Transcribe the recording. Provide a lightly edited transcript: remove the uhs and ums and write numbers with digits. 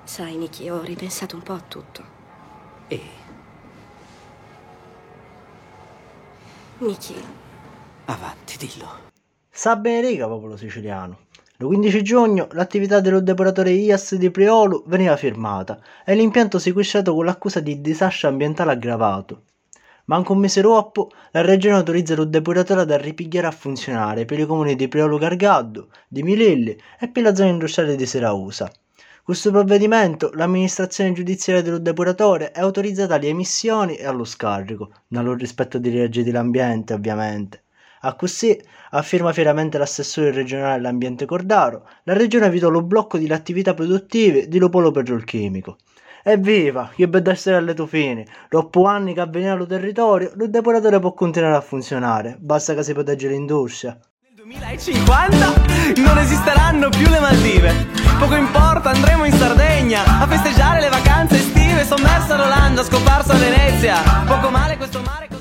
Sai, Nicky, ho ripensato un po' a tutto. E? Nicky. Avanti, dillo. Sa bene riga, popolo siciliano. Il 15 giugno l'attività dello depuratore IAS di Priolo veniva firmata e l'impianto sequestrato con l'accusa di disastro ambientale aggravato. Manco un mese dopo, la regione autorizza lo depuratore ad ripigliare a funzionare per i comuni di Priolo Gargaddo, di Mililli e per la zona industriale di Serausa. Questo provvedimento, l'amministrazione giudiziaria dello depuratore è autorizzata alle emissioni e allo scarico, nel rispetto delle leggi dell'ambiente ovviamente. A così, afferma fieramente l'assessore regionale all'ambiente Cordaro, la regione evitò lo blocco delle attività produttive di Lopolo Petrolchimico. Evviva, che bello essere alle tue fini, dopo anni che avveniva al territorio, il depuratore può continuare a funzionare, basta che si protegge l'industria. Nel 2050 non esisteranno più le Maldive, poco importa, andremo in Sardegna a festeggiare le vacanze estive, sommersa l'Olanda, scomparsa Venezia, poco male questo mare.